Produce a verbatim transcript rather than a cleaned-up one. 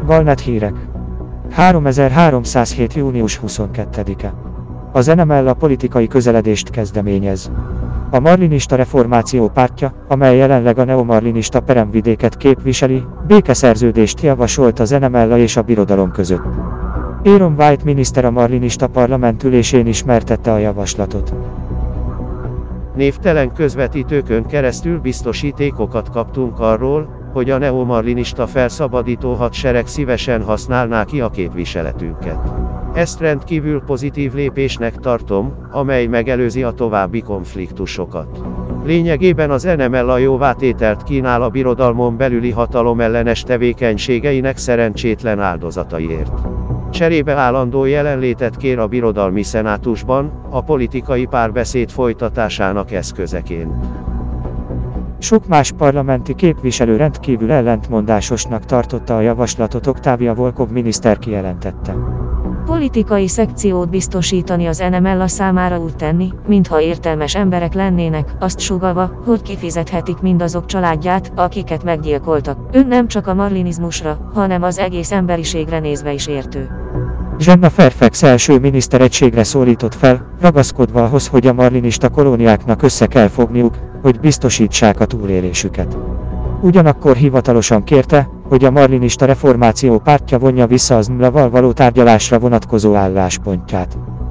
Galnet hírek. háromezer-háromszázhét. június huszonkettedike. Az en em el a politikai közeledést kezdeményez. A marlinista reformáció pártja, amely jelenleg a neomarlinista peremvidéket képviseli, békeszerződést javasolt az en em el és a birodalom között. Aaron White miniszter a marlinista parlament ülésén ismertette a javaslatot. Névtelen közvetítőkön keresztül biztosítékokat kaptunk arról, hogy a neomarlinista felszabadító hadsereg szívesen használná ki a képviseletünket. Ezt rendkívül pozitív lépésnek tartom, amely megelőzi a további konfliktusokat. Lényegében az en em el a jóvátételt kínál a birodalmon belüli hatalomellenes tevékenységeinek szerencsétlen áldozataiért. Cserébe állandó jelenlétet kér a birodalmi szenátusban, a politikai párbeszéd folytatásának eszközeként. Sok más parlamenti képviselő rendkívül ellentmondásosnak tartotta a javaslatot, Octavia Volkov miniszter kijelentette. Politikai szekciót biztosítani az en em el számára úgy tenni, mintha értelmes emberek lennének, azt sugallva, hogy kifizethetik mindazok családját, akiket meggyilkoltak. Ön nem csak a marlinizmusra, hanem az egész emberiségre nézve is értő. Jenna Fairfax első miniszter egységre szólított fel, ragaszkodva ahhoz, hogy a marlinista kolóniáknak össze kell fogniuk, hogy biztosítsák a túlélésüket. Ugyanakkor hivatalosan kérte, hogy a marlinista reformáció pártja vonja vissza az em el-val való tárgyalásra vonatkozó álláspontját.